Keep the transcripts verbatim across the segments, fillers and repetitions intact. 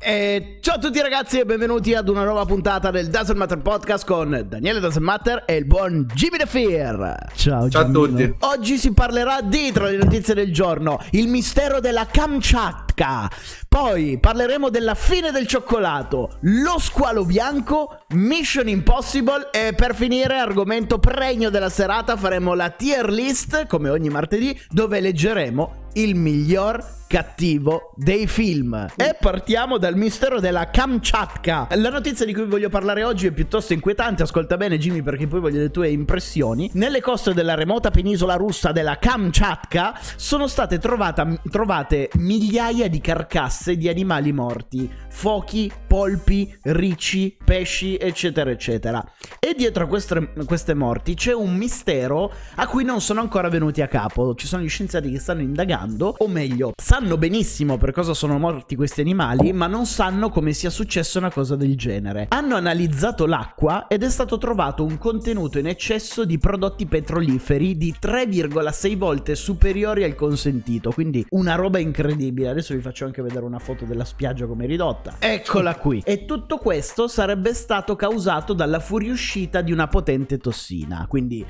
E ciao a tutti ragazzi e benvenuti ad una nuova puntata del Doesn't Matter Podcast con Daniele Doesn't Matter e il buon Jimmy The Fear. Ciao, ciao a tutti. Oggi si parlerà di, tra le notizie del giorno, il mistero della Kamchatka. Poi parleremo della fine del cioccolato, lo squalo bianco, Mission Impossible e per finire, argomento pregno della serata, faremo la tier list come ogni martedì dove leggeremo il miglior cattivo dei film. E partiamo dal mistero della Kamchatka. La notizia di cui voglio parlare oggi è piuttosto inquietante. Ascolta bene Jimmy, perché poi voglio le tue impressioni. Nelle coste della remota penisola russa della Kamchatka sono state trovata, trovate migliaia di carcasse di animali morti, fochi, polpi, ricci, pesci eccetera eccetera. E dietro a queste, queste morti c'è un mistero a cui non sono ancora venuti a capo. Ci sono gli scienziati che stanno indagando, o meglio, sanno benissimo per cosa sono morti questi animali, ma non sanno come sia successa una cosa del genere. Hanno analizzato l'acqua ed è stato trovato un contenuto in eccesso di prodotti petroliferi di tre virgola sei volte superiori al consentito, quindi una roba incredibile. Adesso vi faccio anche vedere una foto della spiaggia come è ridotta. Eccola qui. E tutto questo sarebbe stato causato dalla fuoriuscita di una potente tossina, quindi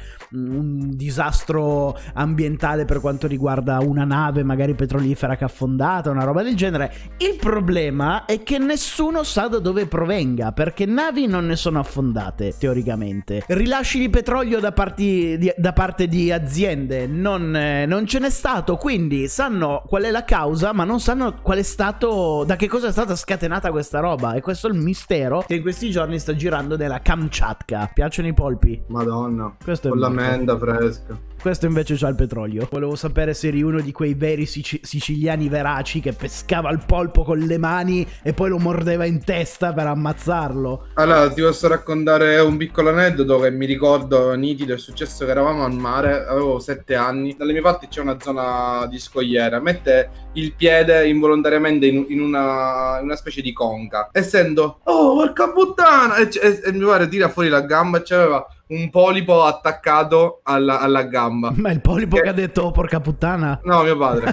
un disastro ambientale per quanto riguarda una nave magari petrolifera che ha affondato, una roba del genere. Il problema è che nessuno sa da dove provenga, perché navi non ne sono affondate teoricamente, rilasci di petrolio da, parti, di, da parte di aziende non, eh, non ce n'è stato, quindi sanno qual è la causa ma non sanno qual è stato, da che cosa è stata scatenata questa roba. E questo è il mistero che in questi giorni sta girando nella Kamchatka. Piacciono i polpi? Madonna, questo con è l'amenda fresca. Questo invece c'ha il petrolio. Volevo sapere se eri uno di quei veri sic- siciliani veraci che pescava il polpo con le mani e poi lo mordeva in testa per ammazzarlo. Allora, ti posso raccontare un piccolo aneddoto che mi ricordo nitido. È successo che eravamo al mare, avevo sette anni. Dalle mie parti c'è una zona di scogliera. Mette il piede involontariamente in, in, una, in una specie di conca. Essendo, oh, porca puttana! E, e, e mio padre tira fuori la gamba e c'aveva un polipo attaccato alla, alla gamba. Ma il polipo che, che ha detto, oh, porca puttana? No, mio padre.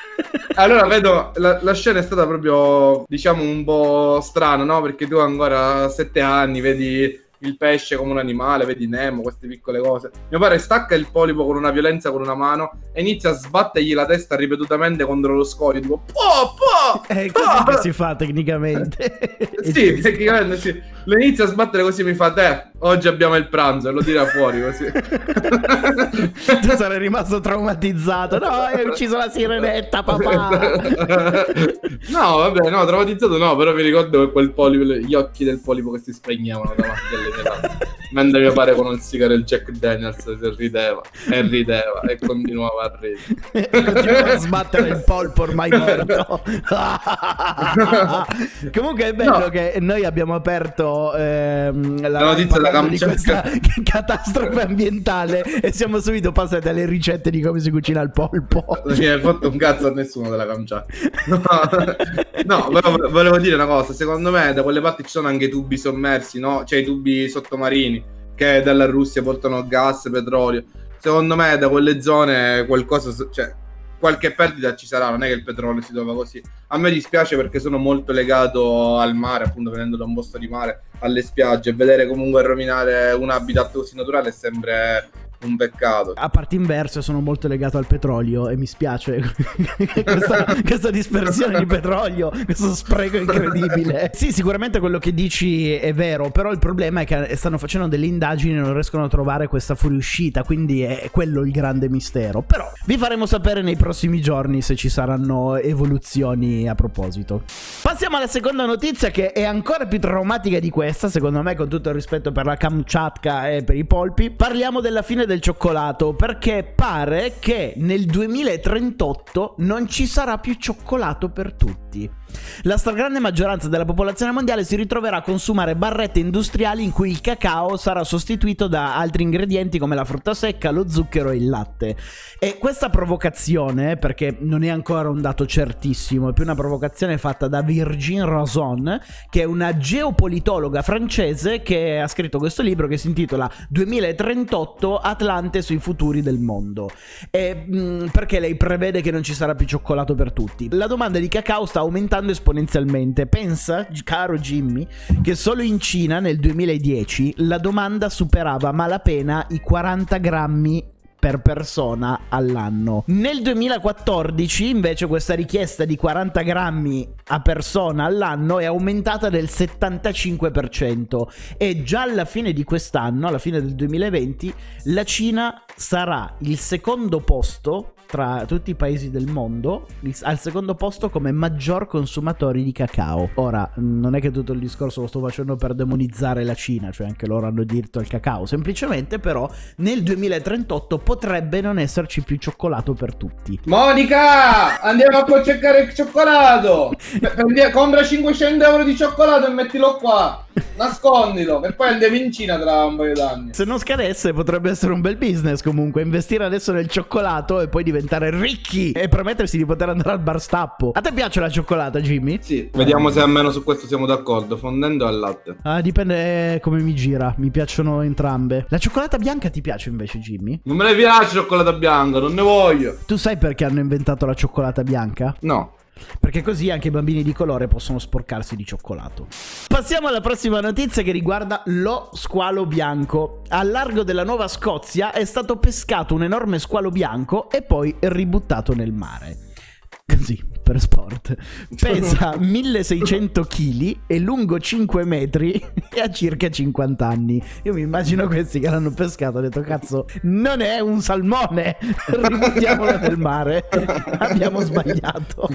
Allora vedo, la, la scena è stata proprio, diciamo, un po' strana, no? Perché tu ancora a sette anni vedi il pesce come un animale, vedi Nemo, queste piccole cose. Mio padre stacca il polipo con una violenza con una mano e inizia a sbattergli la testa ripetutamente contro lo scoglio, tipo po po. È così che si fa tecnicamente. Sì, tecnicamente sì. Lo inizia a sbattere così, mi fa, te, oggi abbiamo il pranzo, e lo tira fuori così. Tu sarai rimasto traumatizzato. No, hai ucciso la sirenetta, papà. No, vabbè, no, traumatizzato no, però mi ricordo quel polipo, gli occhi del polipo che si spegnevano davanti alle mie labbra. Mentre mio padre con il sigaro il Jack Daniels si rideva e rideva e continuava a ridere. Continuava a sbattere il polpo ormai morto. Comunque è bello, no, che noi abbiamo aperto ehm, la, la notizia da di questa catastrofe ambientale e siamo subito passati alle ricette di come si cucina il polpo. Non mi hai fatto un cazzo a nessuno della Kamchatka. No, no, però volevo dire una cosa. Secondo me da quelle parti ci sono anche i tubi sommersi, no? Cioè i tubi sottomarini che dalla Russia portano gas, petrolio. Secondo me da quelle zone qualcosa, cioè qualche perdita ci sarà, non è che il petrolio si trova così. A me dispiace perché sono molto legato al mare, appunto venendo da un posto di mare, alle spiagge, e vedere comunque rovinare un habitat così naturale è sempre un peccato. A parte inverse sono molto legato al petrolio e mi spiace questa, questa dispersione di petrolio, questo spreco incredibile. Sì, sicuramente quello che dici è vero, però il problema è che stanno facendo delle indagini e non riescono a trovare questa fuoriuscita, quindi è quello il grande mistero. Però vi faremo sapere nei prossimi giorni se ci saranno evoluzioni a proposito. Passiamo alla seconda notizia, che è ancora più traumatica di questa, secondo me, con tutto il rispetto per la Kamchatka e per i polpi. Parliamo della fine del cioccolato, perché pare che nel duemilatrentotto non ci sarà più cioccolato per tutti. La stragrande maggioranza della popolazione mondiale si ritroverà a consumare barrette industriali in cui il cacao sarà sostituito da altri ingredienti come la frutta secca, lo zucchero e il latte. E questa provocazione, perché non è ancora un dato certissimo, è più una provocazione fatta da Virginie Roison, che è una geopolitologa francese che ha scritto questo libro che si intitola duemilatrentotto Atlante sui futuri del mondo. E mh, perché lei prevede che non ci sarà più cioccolato per tutti. La domanda di cacao sta aumentando esponenzialmente. Pensa, caro Jimmy, che solo in Cina nel duemiladieci la domanda superava a malapena i quaranta grammi per persona all'anno. Nel duemilaquattordici invece questa richiesta di quaranta grammi a persona all'anno è aumentata del settantacinque per cento e già alla fine di quest'anno, alla fine del duemilaventi, la Cina sarà il secondo posto tra tutti i paesi del mondo, al secondo posto come maggior consumatori di cacao. Ora, non è che tutto il discorso lo sto facendo per demonizzare la Cina, cioè anche loro hanno diritto al cacao, semplicemente però nel duemilatrentotto potrebbe non esserci più cioccolato per tutti. Monica, andiamo a cercare il cioccolato. Prendi, compra cinquecento euro di cioccolato e mettilo qua, nascondilo, e poi andiamo in Cina tra un paio d'anni. Se non scadesse potrebbe essere un bel business comunque, investire adesso nel cioccolato e poi diventare ricchi e promettersi di poter andare al bar stappo. A te piace la cioccolata, Jimmy? Sì, vediamo se almeno su questo siamo d'accordo, fondendo al latte. Ah, dipende come mi gira, mi piacciono entrambe. La cioccolata bianca ti piace invece, Jimmy? Non me ne piace la cioccolata bianca, non ne voglio. Tu sai perché hanno inventato la cioccolata bianca? No. Perché così anche i bambini di colore possono sporcarsi di cioccolato. Passiamo alla prossima notizia che riguarda lo squalo bianco. Al largo della Nuova Scozia è stato pescato un enorme squalo bianco e poi ributtato nel mare. Così, per sport. Pesa milleseicento chili, è lungo cinque metri e ha circa cinquanta anni. Io mi immagino questi che l'hanno pescato, ho detto cazzo, non è un salmone, ributtiamolo nel mare. Abbiamo sbagliato.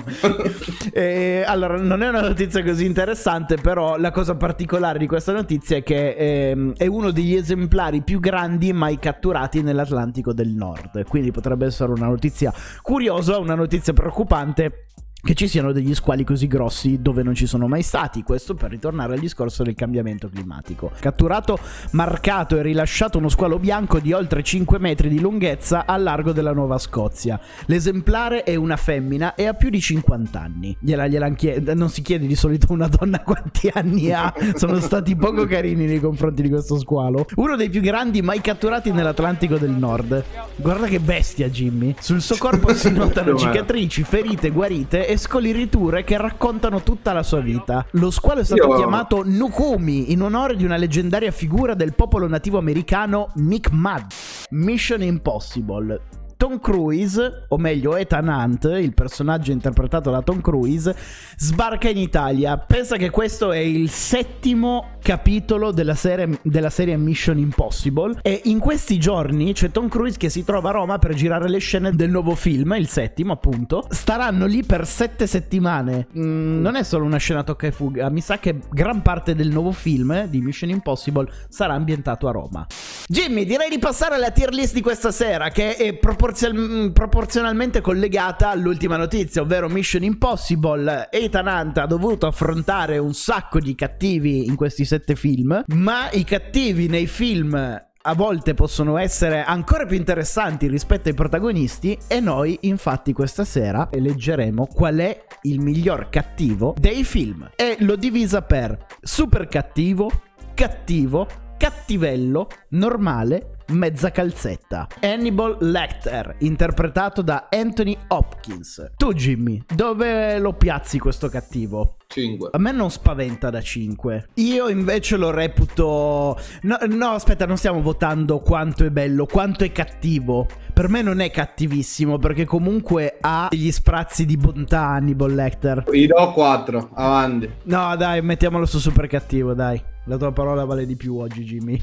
E, allora, non è una notizia così interessante, però la cosa particolare di questa notizia è che ehm, è uno degli esemplari più grandi mai catturati nell'Atlantico del Nord. Quindi potrebbe essere una notizia curiosa, una notizia preoccupante che ci siano degli squali così grossi dove non ci sono mai stati. Questo per ritornare al discorso del cambiamento climatico. Catturato, marcato e rilasciato uno squalo bianco di oltre cinque metri di lunghezza al largo della Nuova Scozia. L'esemplare è una femmina e ha più di cinquanta anni. Gliela, gliela chiede, non si chiede di solito una donna quanti anni ha. Sono stati poco carini nei confronti di questo squalo. Uno dei più grandi mai catturati nell'Atlantico del Nord. Guarda che bestia, Jimmy. Sul suo corpo si notano cicatrici, ferite, guarite e scoleriture che raccontano tutta la sua vita. Lo squalo è stato Io... chiamato Nukumi in onore di una leggendaria figura del popolo nativo americano Mi'kmaq. Mission Impossible. Tom Cruise, o meglio Ethan Hunt, il personaggio interpretato da Tom Cruise, sbarca in Italia. Pensa che questo è il settimo capitolo della serie, della serie Mission Impossible e in questi giorni c'è Tom Cruise che si trova a Roma per girare le scene del nuovo film, il settimo appunto. Staranno lì per sette settimane. Mm, non è solo una scena tocca e fuga, mi sa che gran parte del nuovo film eh, di Mission Impossible sarà ambientato a Roma. Jimmy, direi di passare alla tier list di questa sera, che è proporzionalmente proporzionalmente collegata all'ultima notizia, ovvero Mission Impossible. Ethan Hunt ha dovuto affrontare un sacco di cattivi in questi sette film, ma i cattivi nei film a volte possono essere ancora più interessanti rispetto ai protagonisti e noi infatti questa sera eleggeremo qual è il miglior cattivo dei film e l'ho divisa per super cattivo, cattivo, cattivello, normale, mezza calzetta. Hannibal Lecter, interpretato da Anthony Hopkins. Tu, Jimmy, dove lo piazzi questo cattivo? cinque. A me non spaventa da cinque. Io invece lo reputo... No, no, aspetta, non stiamo votando quanto è bello, quanto è cattivo. Per me non è cattivissimo, perché comunque ha degli sprazzi di bontà Hannibal Lecter. Gli do quattro, avanti. No, dai, mettiamolo su super cattivo, dai. La tua parola vale di più oggi, Jimmy.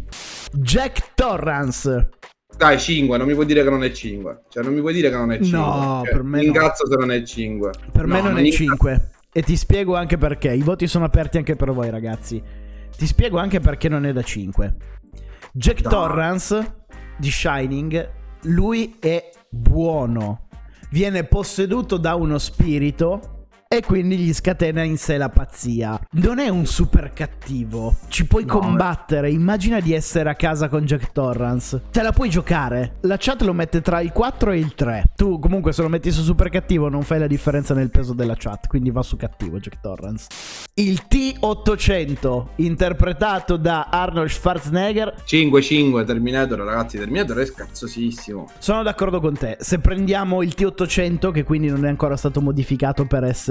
Jack Torrance. Dai, cinque, non mi puoi dire che non è cinque. Cioè, non mi puoi dire che non è cinque. No, cioè, per me mi no. incazzo se non è cinque. Per no, me non, non è cinque. E ti spiego anche perché. I voti sono aperti anche per voi, ragazzi. Ti spiego anche perché non è da cinque. Jack no. Torrance di Shining, lui è buono. Viene posseduto da uno spirito e quindi gli scatena in sé la pazzia. Non è un super cattivo. Ci puoi no, combattere. Immagina di essere a casa con Jack Torrance. Te la puoi giocare. La chat lo mette tra il quattro e il tre. Tu comunque se lo metti su super cattivo non fai la differenza nel peso della chat. Quindi va su cattivo Jack Torrance. Il T ottocento, interpretato da Arnold Schwarzenegger. cinque cinque Terminator, ragazzi. Terminator è scazzosissimo. Sono d'accordo con te. Se prendiamo il T ottocento, che quindi non è ancora stato modificato per essere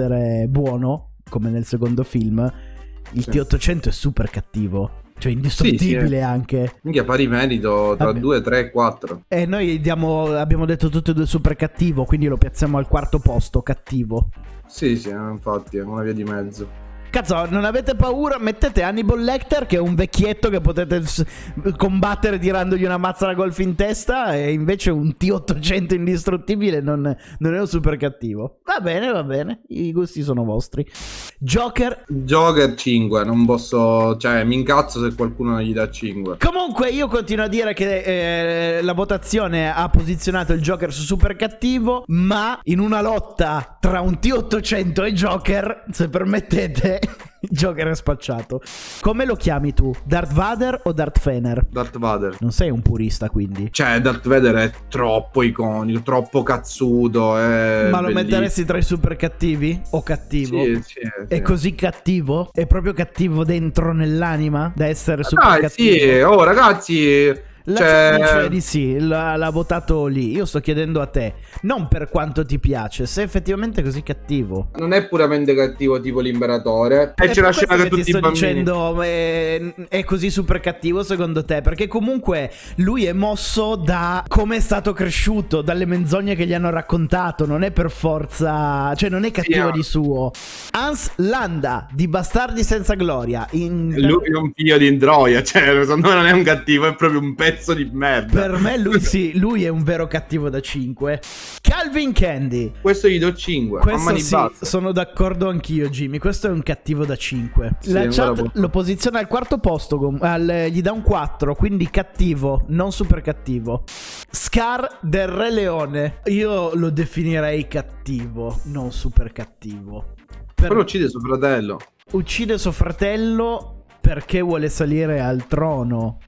essere buono, come nel secondo film, il Sì. T ottocento è super cattivo. Cioè indistruttibile Sì, sì. anche. Minchia, pari merito tra Vabbè. due, tre e quattro. E noi diamo, abbiamo detto tutti e due super cattivo, quindi lo piazziamo al quarto posto, cattivo. Sì, sì, infatti, è una via di mezzo. Cazzo, non avete paura? Mettete Hannibal Lecter, che è un vecchietto che potete s- combattere tirandogli una mazza da golf in testa, e invece un T ottocento indistruttibile non, non è un super cattivo. Va bene, va bene, i gusti sono vostri. Joker. Joker cinque, non posso... Cioè, mi incazzo se qualcuno non gli dà cinque. Comunque io continuo a dire che eh, la votazione ha posizionato il Joker su super cattivo, ma in una lotta tra un T ottocento e Joker, se permettete, Joker è spacciato. Come lo chiami tu? Darth Vader o Darth Fener? Darth Vader. Non sei un purista, quindi. Cioè, Darth Vader è troppo iconico, troppo cazzuto. È Ma lo bellissimo. metteresti tra i super cattivi? O cattivo? Sì, sì, È sì. così cattivo? È proprio cattivo dentro nell'anima da essere super Dai, cattivo? sì, oh ragazzi... La Cioè- gente dice di sì, l'ha, l'ha votato lì. Io sto chiedendo a te, non per quanto ti piace, se effettivamente è così cattivo. Non è puramente cattivo tipo l'imperatore. E È c'è la per scena questo che ti tutti i sto bambini... dicendo eh, è così super cattivo secondo te, perché comunque lui è mosso da come è stato cresciuto, dalle menzogne che gli hanno raccontato, non è per forza, cioè non è cattivo no. di suo. Hans Landa di Bastardi senza gloria in... Lui è un figlio di Troia, cioè secondo me non è un cattivo, è proprio un pezzo di merda. Per me lui sì, lui è un vero cattivo da cinque. Calvin Candy. Questo gli do cinque. a Questo mani sì, basse. sono d'accordo anch'io, Jimmy. Questo è un cattivo da cinque. Sì, La ancora chat può- lo posiziona al quarto posto, com- al- gli dà un quattro, quindi cattivo, non super cattivo. Scar del Re Leone. Io lo definirei cattivo, non super cattivo. Per- Però uccide suo fratello. uccide suo fratello perché vuole salire al trono.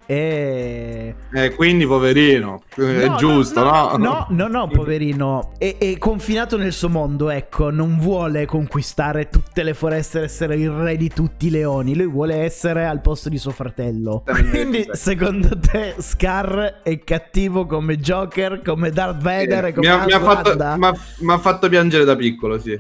E... Eh, quindi poverino. È No, giusto, no? no? No, no, no, poverino. È, è confinato nel suo mondo, ecco. Non vuole conquistare tutte le foreste ed essere il re di tutti i leoni. Lui vuole essere al posto di suo fratello. Quindi, secondo te, Scar è cattivo come Joker, come Darth Vader e come mi, ha, mi ha Hans fatto, Landa? mi ha- mi ha fatto piangere da piccolo, sì.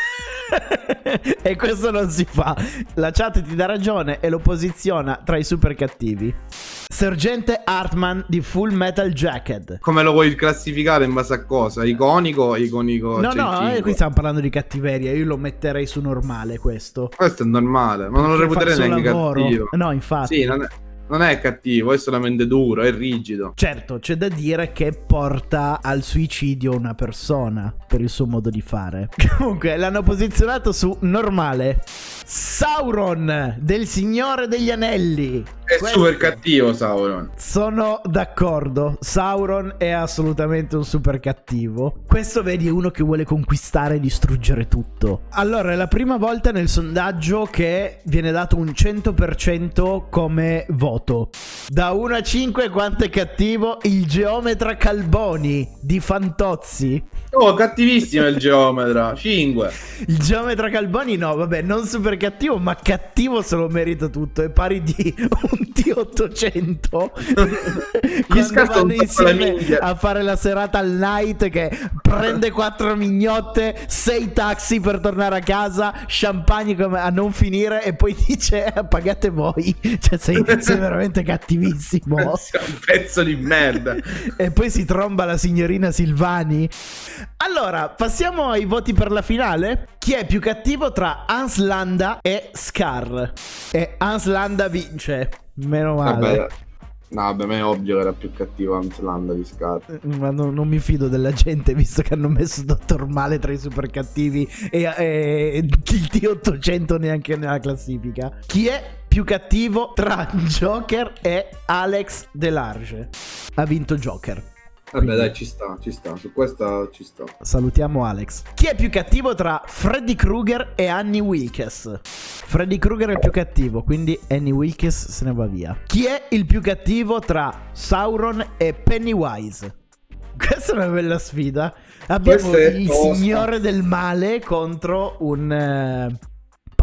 E questo non si fa. La chat ti dà ragione e lo posiziona tra i super cattivi. Sergente Hartman di Full Metal Jacket. Come lo vuoi classificare in base a cosa? Iconico? Iconico? No, cioè no, cinque? eh, qui stiamo parlando di cattiveria. Io lo metterei su normale questo. Questo è normale, ma non lo Perché fa il reputerei suo neanche lavoro. cattivo. No, infatti. Sì, non è, non è cattivo, è solamente duro, è rigido. Certo, c'è da dire che porta al suicidio una persona per il suo modo di fare. Comunque, l'hanno posizionato su normale. Sauron del Signore degli Anelli. È Questo- super cattivo Sauron. Sono d'accordo. Sauron è assolutamente un super cattivo. Questo vedi è uno che vuole conquistare e distruggere tutto. Allora, è la prima volta nel sondaggio che viene dato un cento per cento come voto. Da uno a cinque quanto è cattivo il geometra Calboni di Fantozzi. Oh, cattivissimo il geometra. cinque. Il geometra Calboni no, vabbè, non super cattivo, ma cattivo se lo merita tutto. È pari di un T ottocento. Quando scazza un vanno sacco la insieme minchia. a fare la serata al night, che prende quattro mignotte, sei taxi per tornare a casa, champagne come a non finire, e poi dice pagate voi. Cioè sei, sei veramente cattivissimo. Sei un pezzo di merda. E poi si tromba la signorina Silvani. Allora, passiamo ai voti per la finale. Chi è più cattivo tra Hans Landa e Scar? E Hans Landa vince. Meno male. Vabbè, no, vabbè, ma è ovvio che era più cattivo Hans Landa di Scar. Ma no- non mi fido della gente, visto che hanno messo Dottor Male tra i super cattivi e, e il T ottocento neanche nella classifica. Chi è più cattivo tra Joker e Alex Delarge? Ha vinto Joker. Vabbè, dai, ci sta, ci sta. Su questa ci sta. Salutiamo Alex. Chi è più cattivo tra Freddy Krueger e Annie Wilkes? Freddy Krueger è il più cattivo, quindi Annie Wilkes se ne va via. Chi è il più cattivo tra Sauron e Pennywise? Questa è una bella sfida. Abbiamo Questa è il tosta. signore del male contro un eh, pagliaccio.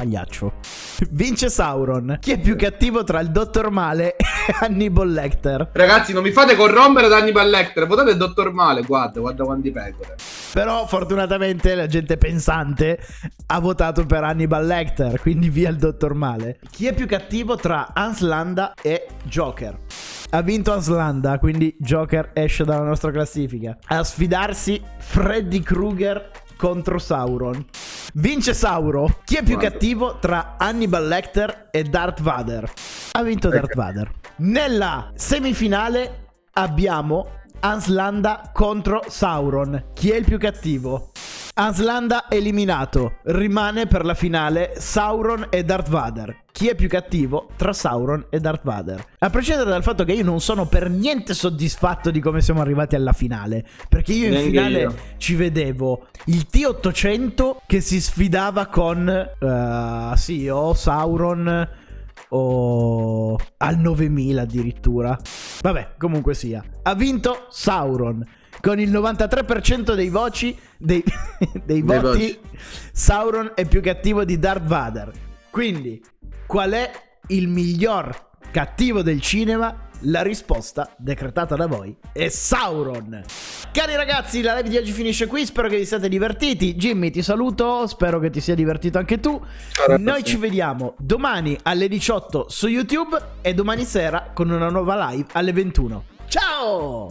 pagliaccio. Vince Sauron. Chi è più cattivo tra il Dottor Male e Hannibal Lecter? Ragazzi, non mi fate corrompere da Hannibal Lecter. Votate il Dottor Male. Guarda, guarda quanti pecore. Però fortunatamente la gente pensante ha votato per Hannibal Lecter, quindi via il Dottor Male. Chi è più cattivo tra Hans Landa e Joker? Ha vinto Hans Landa, quindi Joker esce dalla nostra classifica. A sfidarsi Freddy Krueger contro Sauron. Vince Sauro. Chi è più Guarda. cattivo tra Hannibal Lecter e Darth Vader? Ha vinto Ecco. Darth Vader. Nella semifinale abbiamo Hans Landa contro Sauron. Chi è il più cattivo? Hans Landa eliminato. Rimane per la finale Sauron e Darth Vader. Chi è più cattivo tra Sauron e Darth Vader? A prescindere dal fatto che io non sono per niente soddisfatto di come siamo arrivati alla finale, perché io in Neanche finale io. ci vedevo il T ottocento che si sfidava con uh, sì, o Sauron o al novemila addirittura. Vabbè, comunque sia. Ha vinto Sauron con il novantatré per cento dei voci dei, dei voti. voci. Sauron è più cattivo di Darth Vader. Quindi, qual è il miglior cattivo del cinema? La risposta, decretata da voi, è Sauron. Cari ragazzi, la live di oggi finisce qui. Spero che vi siate divertiti. Jimmy, ti saluto. Spero che ti sia divertito anche tu. Ciao, Noi ci vediamo domani alle diciotto su YouTube e domani sera con una nuova live alle ventuno. Ciao!